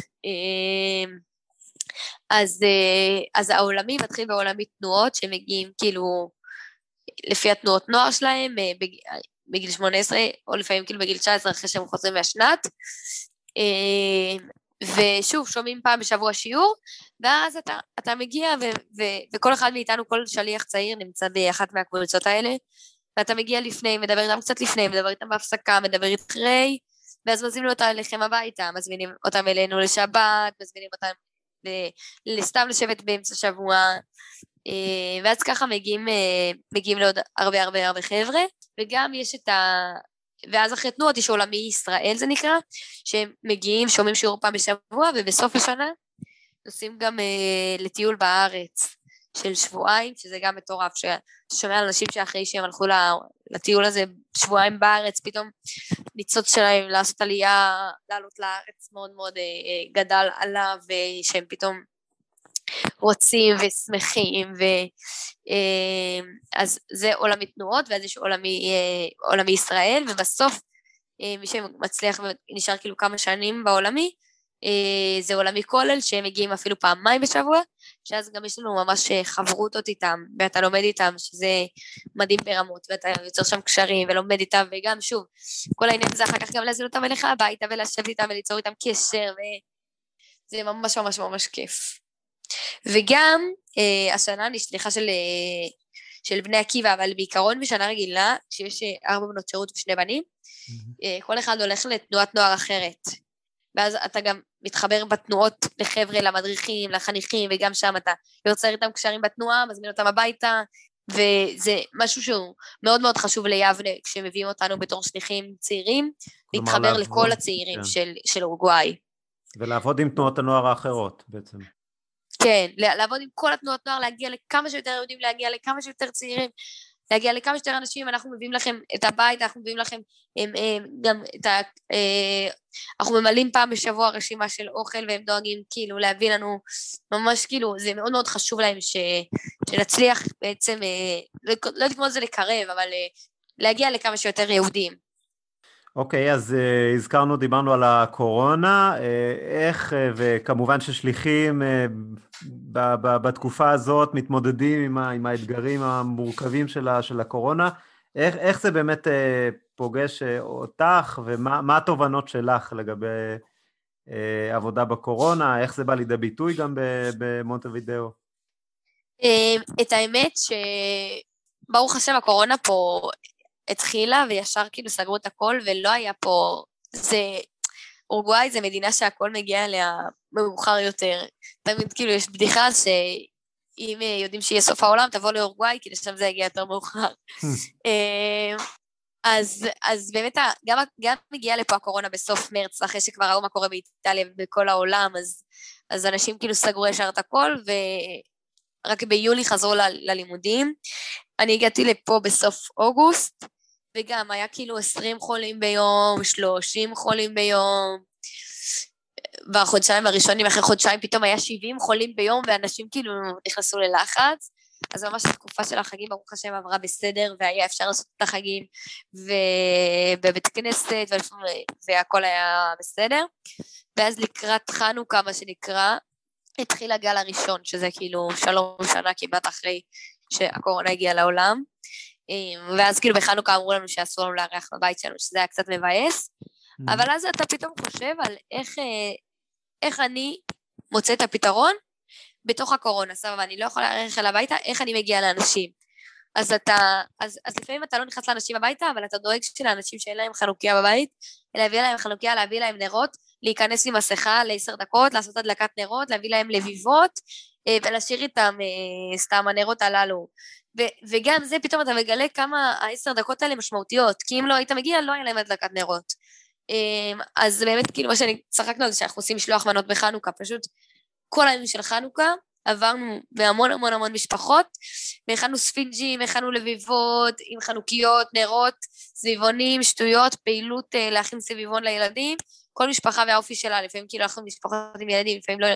אז, אז העולמי מתחיל בעולמי תנועות, שמגיעים כאילו, לפי התנועות נוער שלהם, בגיל שמונה עשרה, או לפעמים כאילו בגיל תשע עשרה, אחרי שהם חוזרים מהשנת, ושוב, שומעים פעם בשבוע שיעור, ואז אתה, אתה מגיע, ו, ו, וכל אחד מאיתנו, כל שליח צעיר נמצא באחת מהקבוצות האלה, ואתה מגיע לפני, מדבר איתם קצת לפני, מדבר איתם בהפסקה, מדבר איתם אחרי, ואז מזמינים אותם אליכם הביתה, מזמינים אותם אלינו לשבת, מזמינים אותם לסתם לשבת באמצע שבוע, ואז ככה מגיעים, מגיעים לעוד הרבה הרבה הרבה חבר'ה, וגם יש את ה... ואז אחרי תנועות יש עולמי ישראל זה נקרא, שהם מגיעים, שומעים שיעור פעם בשבוע, ובסוף השנה נוסעים גם uh, לטיול בארץ של שבועיים, שזה גם מטורף, ששומע על אנשים שאחרי שהם הלכו לטיול הזה שבועיים בארץ, פתאום ניצוץ שלהם לעשות עלייה, לעלות לארץ מאוד מאוד uh, גדל עליו, ושהם פתאום רוצים ושמחים, ו, אז זה עולמי תנועות, ואז יש עולמי, עולמי ישראל, ובסוף מי שמצליח ונשאר כאילו כמה שנים בעולמי, זה עולמי כולל, שהם מגיעים אפילו פעמיים בשבוע, שאז גם יש לנו ממש חברותות איתם, ואתה לומד איתם, שזה מדהים ברמות, ואתה יוצר שם קשרים ולומד איתם, וגם שוב, כל העניין זה אחר כך גם להזין אותם אליך הביתה, ולשבת איתם וליצור איתם קשר, וזה ממש ממש ממש כיף. וגם אה, השנה נשליחה של, אה, של בני עקיבא, אבל בעיקרון בשנה רגילה, כשיש ארבע בנות שירות ושני בנים, mm-hmm. אה, כל אחד הולך לתנועת נוער אחרת, ואז אתה גם מתחבר בתנועות לחבר'ה, למדריכים, לחניכים, וגם שם אתה יוצר איתם קשרים בתנועה, מזמין אותם הביתה, וזה משהו שהוא מאוד מאוד חשוב ליבנה, כשמביאים אותנו בתור שליחים צעירים, להתחבר לכל הצעירים כן. של, של אורוגוואי. ולעבוד עם תנועות הנוער האחרות בעצם. כן, לעבוד עם כל התנועות נוער, להגיע לכמה שיותר יהודים, להגיע לכמה שיותר צעירים, להגיע לכמה שיותר אנשים, אנחנו מביאים לכם את הבית, אנחנו מביאים לכם הם, הם, גם את ה... אה, אנחנו ממלאים פעם בשבוע רשימה של אוכל, והם דואגים כאילו להביא לנו, ממש כאילו, זה מאוד מאוד חשוב להם ש, שנצליח בעצם, אה, לא, לא יודעת כמו זה לקרב, אבל אה, להגיע לכמה שיותר יהודים. אוקיי, okay, אז uh, הזכרנו, דיברנו על הקורונה, uh, איך, uh, וכמובן ששליחים uh, ב- ב- בתקופה הזאת מתמודדים עם, ה- עם האתגרים המורכבים של, ה- של הקורונה, איך, איך זה באמת uh, פוגש uh, אותך, ומה מה התובנות שלך לגבי uh, עבודה בקורונה, איך זה בא לידי ביטוי גם במונטווידאו? את האמת שברוך השם הקורונה פה התחילה וישר כאילו סגרו את הכל ולא היה פה, זה, אורוגוואי זה מדינה שהכל מגיע אליה מאוחר יותר, תמיד כאילו יש בדיחה שאם יודעים שיהיה סוף העולם תבוא לאורוגוואי כי לשם זה יגיע יותר מאוחר. אז, אז באמת גם, גם מגיעה לפה הקורונה בסוף מרץ, אחרי שכבר ראו מה קורה באיטליה ובכל העולם, אז, אז אנשים כאילו סגרו ישר את הכל ורק ביולי חזרו ל, ללימודים. אני הגעתי לפה בסוף אוגוסט, וגם היה כאילו עשרים חולים ביום, שלושים חולים ביום, והחודשיים הראשונים, אחרי חודשיים פתאום היה שבעים חולים ביום, ואנשים כאילו נכנסו ללחץ, אז ממש התקופה של החגים, ברוך השם עברה בסדר, והיה אפשר לעשות את החגים, ובבית כנסת, והכל היה בסדר, ואז לקראת חנוכה, מה שנקרא, התחיל הגל הראשון, שזה כאילו שלום שנה כמעט אחרי שהקורונה הגיעה לעולם, ואז כאילו בחנוכה אמרו לנו שאסור לנו לארח בבית שלנו, שזה היה קצת מבאס, אבל אז אתה פתאום חושב על איך, איך אני מוצא את הפתרון בתוך הקורונה, סבבה, אני לא יכולה לארח אל הביתה, איך אני מגיעה לאנשים. אז אתה, אז, אז לפעמים אתה לא נכנס לאנשים הביתה, אבל אתה דואג שלאנשים שאין להם חנוכיה בבית, להביא להם חנוכיה, להביא להם נרות, להיכנס עם מסכה לעשר דקות, לעשות הדלקת נרות, להביא להם לביבות, ולהשאיר איתם סתם הנרות הללו. ו- וגם זה פתאום אתה מגלה כמה העשר דקות האלה משמעותיות, כי אם לא היית מגיע, לא היה להם הדלקת נרות. אז באמת כאילו מה שאני צחקנו על זה, שאנחנו עושים משלוח מנות בחנוכה, פשוט כל הימים של חנוכה, עברנו בהמון המון המון משפחות, והכנו ספינג'ים, הכנו לביבות, עם חנוכיות, נרות, סביבונים, שטויות, פעילות להכין סביבון לילדים, כל משפחה והאופי שלה, לפעמים כאילו אנחנו משפחות עם ילדים, לפעמים לא,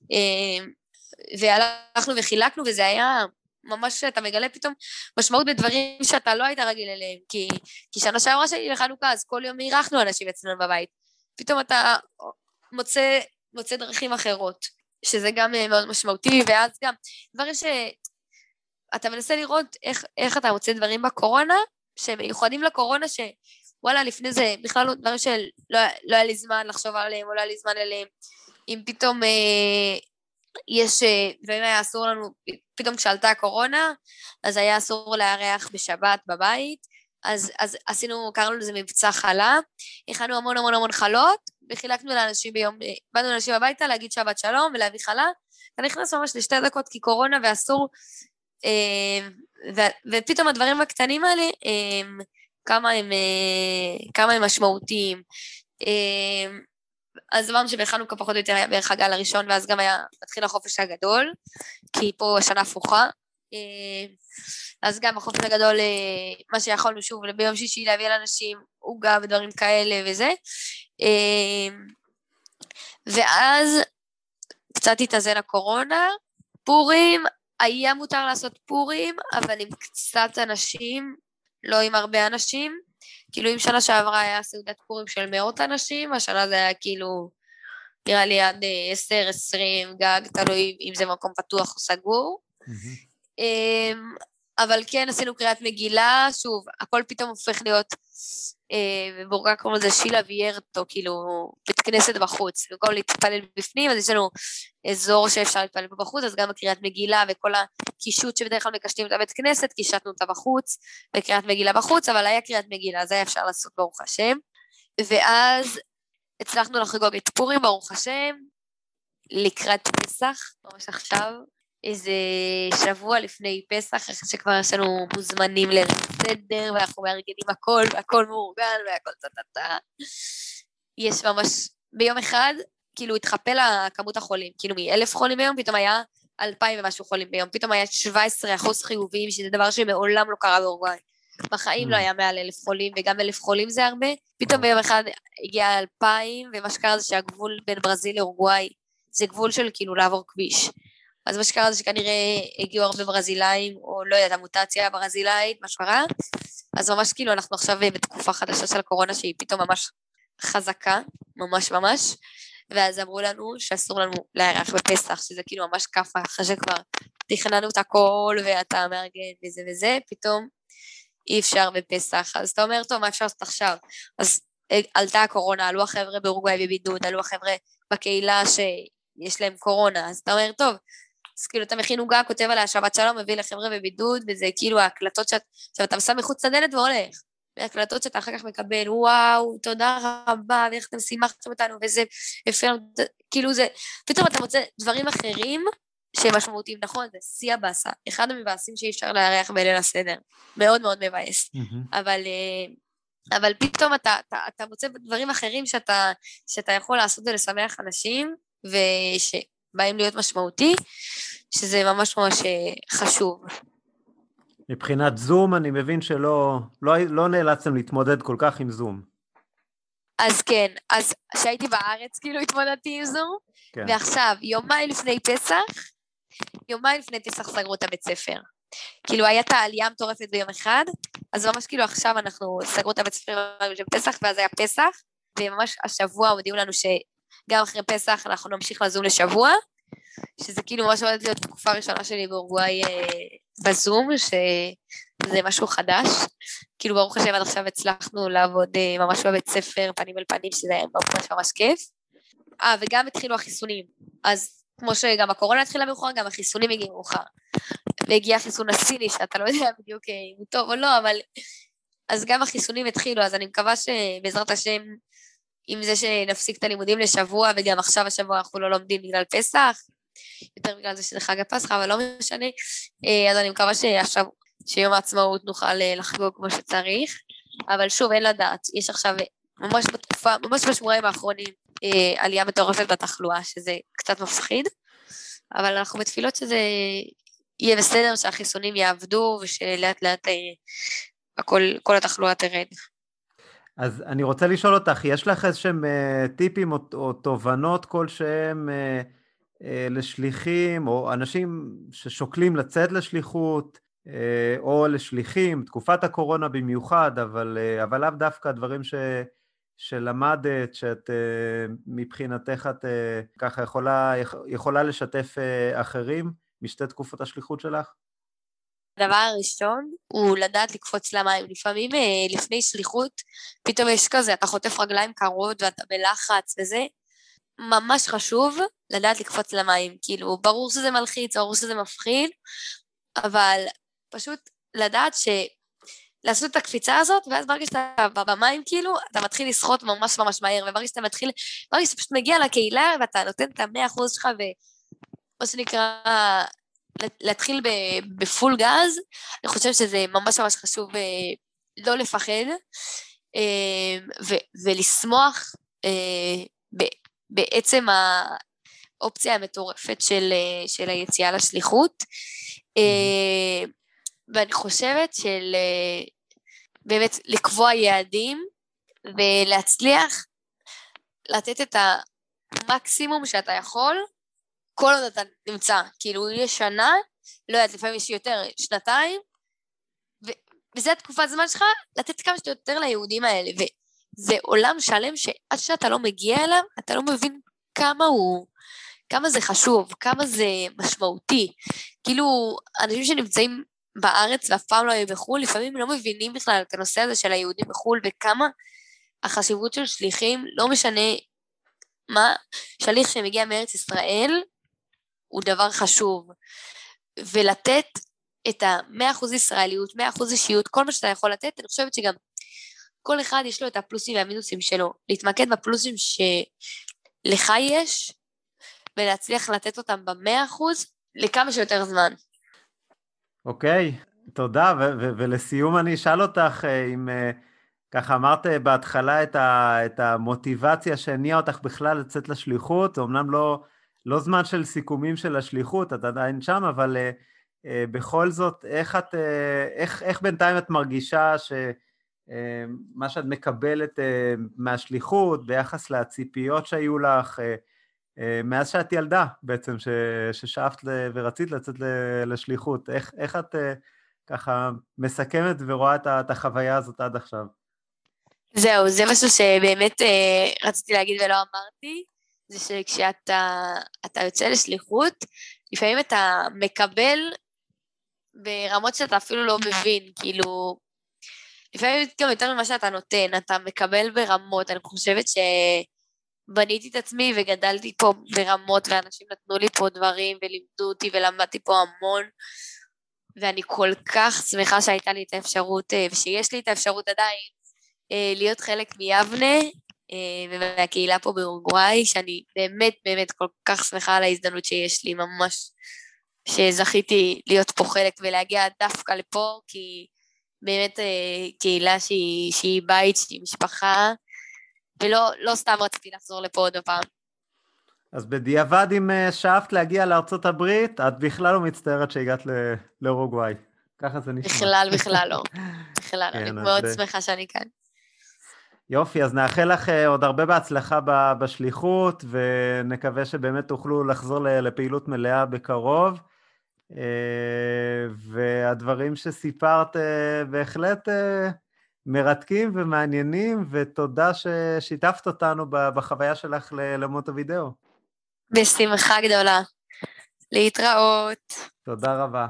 והלכנו וחילקנו, וזה היה ממש, אתה מגלה פתאום משמעות בדברים שאתה לא היית רגיל אליהם, כי, כי שנה שעברה שלי לחנוכה, אז כל יום אירחנו אנשים אצלנו בבית, פתאום אתה מוצא, מוצא דרכים אחרות, שזה גם מאוד משמעותי, ואז גם דברים שאתה מנסה לראות איך, איך אתה מוצא דברים בקורונה, שמיוחדים לקורונה, שוואלה, לפני זה בכלל לא דברים שלא לא היה לי זמן לחשוב עליהם, או לא היה לי זמן עליהם, אם פתאום אה, יש, ואם היה אסור לנו, פתאום כשעלתה הקורונה, אז היה אסור לארח בשבת בבית, אז, אז עשינו, קראנו לזה מבצע חלה, הכנו המון המון המון חלות, וחילקנו לאנשים ביום, באנו לאנשים הביתה להגיד שבת שלום ולהביא חלה, ונכנס ממש לשתי דקות כי קורונה ואסור, ו, ופתאום הדברים הקטנים האלה, כמה הם, כמה הם משמעותיים. אז אמרנו שבחנוכה פחות או יותר היה בערך הגל הראשון, ואז גם היה מתחיל החופש הגדול, כי פה השנה הפוכה, אז גם החופש הגדול, מה שיכולנו שוב, ביום שישי להביא לאנשים עוגה ודברים כאלה וזה, ואז קצת התאזן הקורונה, פורים, היה מותר לעשות פורים, אבל עם קצת אנשים, לא עם הרבה אנשים, כאילו אם שנה שעברה היה סעודת פורים של מאות אנשים, השנה זה היה כאילו, נראה לי עד עשר עשרים גג, תלוי אם זה מקום פתוח או סגור, אבל כן עשינו קריאת מגילה, שוב, הכל פתאום הופך להיות, ובורגה קוראים לזה שילה ויירטו, כאילו בית כנסת בחוץ, במקום להתפלל בפנים, אז יש לנו אזור שאפשר להתפלל בחוץ, אז גם הקריאת מגילה וכל הקישוט שבדרך כלל מקשתים את הבית כנסת, קישתנו אותה בחוץ, וקריאת מגילה בחוץ, אבל היה קריאת מגילה, זה היה אפשר לעשות ברוך השם, ואז הצלחנו לחגוג את פורים ברוך השם, לקראת פסח, ממש עכשיו, איזה שבוע לפני פסח, אחרי שכבר יש לנו מוזמנים ליל סדר, ואנחנו מארגנים הכל, והכל מאורגן, והכל טה-טה-טה. יש ממש, ביום אחד, כאילו התחפל כמות החולים, כאילו מאלף חולים ביום, פתאום היה אלפיים ומשהו חולים ביום, פתאום היה שבע עשרה אחוז חיוביים, שזה דבר שמעולם לא קרה באורוגוואי. בחיים לא היה מעל אלף חולים, וגם אלף חולים זה הרבה. פתאום ביום אחד הגיע אלפיים, ומה שקרה זה שהגבול בין ברזיל לאורוגוואי, זה גבול של כאילו לעבור כביש. אז מה שקרה זה שכנראה הגיעו הרבה ברזילאים, או לא יודעת, המוטציה הברזילאית, מה שקרה. אז ממש כאילו אנחנו עכשיו בתקופה חדשה של הקורונה, שהיא פתאום ממש חזקה, ממש ממש, ואז אמרו לנו שאסור לנו לארח בפסח, שזה כאילו ממש כפה, אחרי שכבר תכננו את הכל, ואתה מארגן וזה וזה, פתאום אי אפשר בפסח. אז אתה אומר, טוב, מה אפשר לעשות עכשיו? אז עלתה הקורונה, עלו החבר'ה באורוגוואי בבידוד, עלו החבר'ה בקהילה שיש להם קורונה, אז אתה אומר, טוב, אז כאילו אתה מכין עוגה, כותב עליה שבת שלום, מביא לחבר'ה בבידוד, וזה כאילו ההקלטות שאת, עכשיו אתה שם מחוץ לדלת והולך, והקלטות שאתה אחר כך מקבל, וואו, תודה רבה, ואיך אתם שימחתם אותנו, וזה, כאילו זה, פתאום אתה מוצא דברים אחרים, שהם משמעותיים, נכון, זה שיא הבאסה, אחד המבאסים שאי אפשר לארח בליל הסדר, מאוד מאוד מבאס, אבל, אבל פתאום אתה, אתה, אתה מוצא דברים אחרים שאתה, שאתה יכול לעשות ולשמח אנשים, ושבאים להיות משמעותי, שזה ממש ממש חשוב. מבחינת זום, אני מבין שלא לא, לא נאלצתם להתמודד כל כך עם זום. אז כן, אז כשהייתי בארץ, כאילו התמודדתי עם זום, כן. ועכשיו, יומיים לפני פסח, יומיים לפני פסח סגרו את הבית ספר. כאילו, הייתה העלייה מטורפת ביום אחד, אז ממש כאילו עכשיו אנחנו סגרו את הבית ספר של פסח, ואז היה פסח, וממש השבוע הודיעו לנו שגם אחרי פסח אנחנו נמשיך לזום לשבוע, שזה כאילו ממש עומדת להיות תקופה ראשונה שלי באורוגוואי אה, בזום, שזה משהו חדש. כאילו ברוך השם עד עכשיו הצלחנו לעבוד אה, ממש בבית ספר, פנים אל פנים, שזה היה ממש ממש כיף. אה, וגם התחילו החיסונים. אז כמו שגם הקורונה התחילה מאוחר, גם החיסונים הגיעו מאוחר. והגיע החיסון הסיני, שאתה לא יודע בדיוק אם הוא טוב או לא, אבל... אז גם החיסונים התחילו, אז אני מקווה שבעזרת השם, עם זה שנפסיק את הלימודים לשבוע, וגם עכשיו השבוע אנחנו לא לומדים בגלל פסח, יותר בגלל זה שזה חג הפסח, אבל לא משנה, אז אני מקווה שעכשיו, שיום העצמאות נוכל לחגוג כמו שצריך, אבל שוב, אין לדעת, יש עכשיו ממש בתקופה, ממש בשבועיים האחרונים, עלייה מטורפת בתחלואה, שזה קצת מפחיד, אבל אנחנו בתפילות שזה יהיה בסדר, שהחיסונים יעבדו, ושלאט לאט הכל, כל התחלואה תרד. אז אני רוצה לשאול אותך, יש לך איזשהם uh, טיפים או, או תובנות כלשהם uh, uh, לשליחים, או אנשים ששוקלים לצאת לשליחות, uh, או לשליחים, תקופת הקורונה במיוחד, אבל, uh, אבל לאו דווקא דברים ש, שלמדת, שאת uh, מבחינתך את uh, ככה יכולה, יכולה לשתף uh, אחרים משתי תקופות השליחות שלך? הדבר הראשון הוא לדעת לקפוץ למים. לפעמים לפני שליחות, פתאום יש כזה, אתה חוטף רגליים קרות ואתה בלחץ וזה, ממש חשוב לדעת לקפוץ למים. כאילו, ברור שזה מלחיץ, ברור שזה מפחיד, אבל פשוט לדעת ש... לעשות את הקפיצה הזאת, ואז ברגע שאתה במים, כאילו, אתה מתחיל לשחות ממש ממש מהר, וברגע שאתה מתחיל, ברגע שאתה פשוט מגיע לקהילה, ואתה נותן את המאה אחוז שלך, ומה שנקרא... להתחיל בפול גז, אני חושב שזה ממש ממש חשוב לא לפחד, ולשמוח בעצם האופציה המטורפת של היציאה לשליחות, ואני חושבת של באמת לקבוע יעדים, ולהצליח לתת את המקסימום שאתה יכול, כל עוד אתה נמצא, כאילו יש שנה, לא יודעת, לפעמים יש יותר, שנתיים, ו- וזה התקופת זמן שלך, לתת כמה שאתה יותר ליהודים האלה, וזה עולם שלם שעד שאתה לא מגיע אליו, אתה לא מבין כמה הוא, כמה זה חשוב, כמה זה משמעותי, כאילו אנשים שנמצאים בארץ ואף פעם לא היו בחול, לפעמים לא מבינים בכלל את הנושא הזה של היהודים בחול, וכמה החשיבות של שליחים, לא משנה מה, שליח שמגיע מארץ ישראל, הוא דבר חשוב, ולתת את ה-מאה אחוז ישראליות, מאה אחוז אישיות, כל מה שאתה יכול לתת, אני חושבת שגם כל אחד יש לו את הפלוסים והמינוסים שלו, להתמקד בפלוסים שלך יש, ולהצליח לתת אותם ב-מאה אחוז, לכמה שיותר זמן. אוקיי, תודה, ו- ו- ולסיום אני אשאל אותך אם ככה אמרת בהתחלה את, ה- את המוטיבציה שהניעה אותך בכלל לצאת לשליחות, זה אמנם לא, לא זמן של סיכומים של השליחות, את עדיין שם, אבל uh, uh, בכל זאת, איך, את, uh, איך, איך בינתיים את מרגישה שמה uh, שאת מקבלת uh, מהשליחות ביחס לציפיות שהיו לך, uh, uh, מאז שאת ילדה בעצם, ש, ששאפת ל- ורצית לצאת לשליחות, איך, איך את uh, ככה מסכמת ורואה את, את החוויה הזאת עד עכשיו? זהו, זה משהו שבאמת uh, רציתי להגיד ולא אמרתי, זה שכשאתה אתה יוצא לשליחות, לפעמים אתה מקבל ברמות שאתה אפילו לא מבין, כאילו, לפעמים גם יותר ממה שאתה נותן, אתה מקבל ברמות, אני חושבת שבניתי את עצמי וגדלתי פה ברמות, ואנשים נתנו לי פה דברים ולימדו אותי ולמדתי פה המון, ואני כל כך שמחה שהייתה לי את האפשרות, ושיש לי את האפשרות עדיין, להיות חלק מיבנה, ומהקהילה פה באורוגוואי, שאני באמת באמת כל כך שמחה על ההזדמנות שיש לי, ממש שזכיתי להיות פה חלק ולהגיע דווקא לפה, כי באמת קהילה שהיא, שהיא בית, שהיא משפחה, ולא לא סתם רציתי לחזור לפה עוד פעם. אז בדיעבד אם שאפת להגיע לארצות הברית, את בכלל לא מצטערת שהגעת לאורוגוואי. ככה זה נשמע. בכלל, בכלל לא. בכלל, אני מאוד שמחה שאני כאן. יופי, אז נאחל לך עוד הרבה בהצלחה בשליחות, ונקווה שבאמת תוכלו לחזור לפעילות מלאה בקרוב, והדברים שסיפרת בהחלט מרתקים ומעניינים, ותודה ששיתפת אותנו בחוויה שלך למונטווידאו. בשמחה גדולה. להתראות. תודה רבה.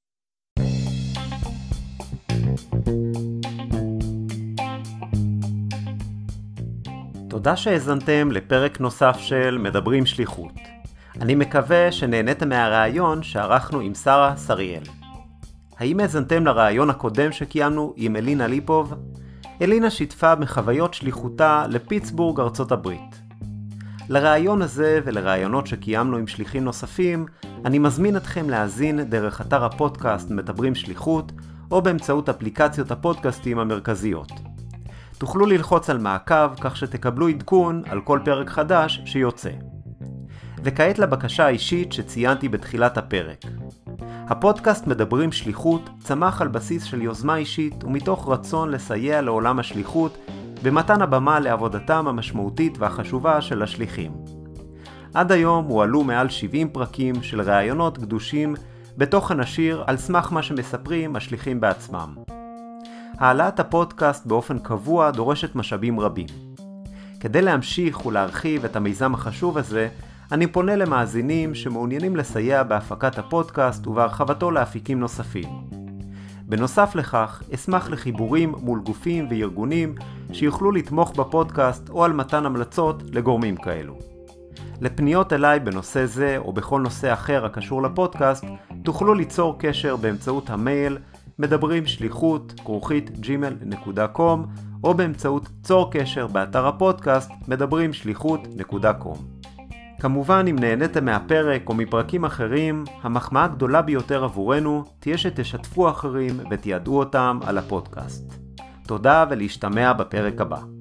תודה שהאזנתם לפרק נוסף של מדברים שליחות. אני מקווה שנהניתם מהרעיון שערכנו עם שרה סריאל. האם האזנתם לרעיון הקודם שקיימנו עם אלינה ליפוב? אלינה שיתפה בחוויות שליחותה לפיטסבורג, ארצות הברית. לרעיון הזה ולרעיונות שקיימנו עם שליחים נוספים, אני מזמין אתכם להאזין דרך אתר הפודקאסט מדברים שליחות, או באמצעות אפליקציות הפודקאסטים המרכזיות. תוכלו ללחוץ על מעקב כך שתקבלו עדכון על כל פרק חדש שיוצא. וכעת לבקשה האישית שציינתי בתחילת הפרק. הפודקאסט מדברים שליחות צמח על בסיס של יוזמה אישית ומתוך רצון לסייע לעולם השליחות במתן הבמה לעבודתם המשמעותית והחשובה של השליחים. עד היום הועלו מעל שבעים פרקים של ראיונות קדושים בתוכן עשיר על סמך מה שמספרים השליחים בעצמם. העלאת הפודקאסט באופן קבוע דורשת משאבים רבים. כדי להמשיך ולהרחיב את המיזם החשוב הזה, אני פונה למאזינים שמעוניינים לסייע בהפקת הפודקאסט ובהרחבתו לאפיקים נוספים. בנוסף לכך, אשמח לחיבורים מול גופים וארגונים שיוכלו לתמוך בפודקאסט או על מתן המלצות לגורמים כאלו. לפניות אליי בנושא זה או בכל נושא אחר הקשור לפודקאסט, תוכלו ליצור קשר באמצעות המייל מדברים שליחות כרוכית ג'ימייל נקודה קום או באמצעות צור קשר באתר הפודקאסט מדברים שליחות נקודה קום. כמובן, אם נהניתם מהפרק או מפרקים אחרים, המחמאה הגדולה ביותר עבורנו תהיה שתשתפו אחרים ותיעדו אותם על הפודקאסט. תודה ולהשתמע בפרק הבא.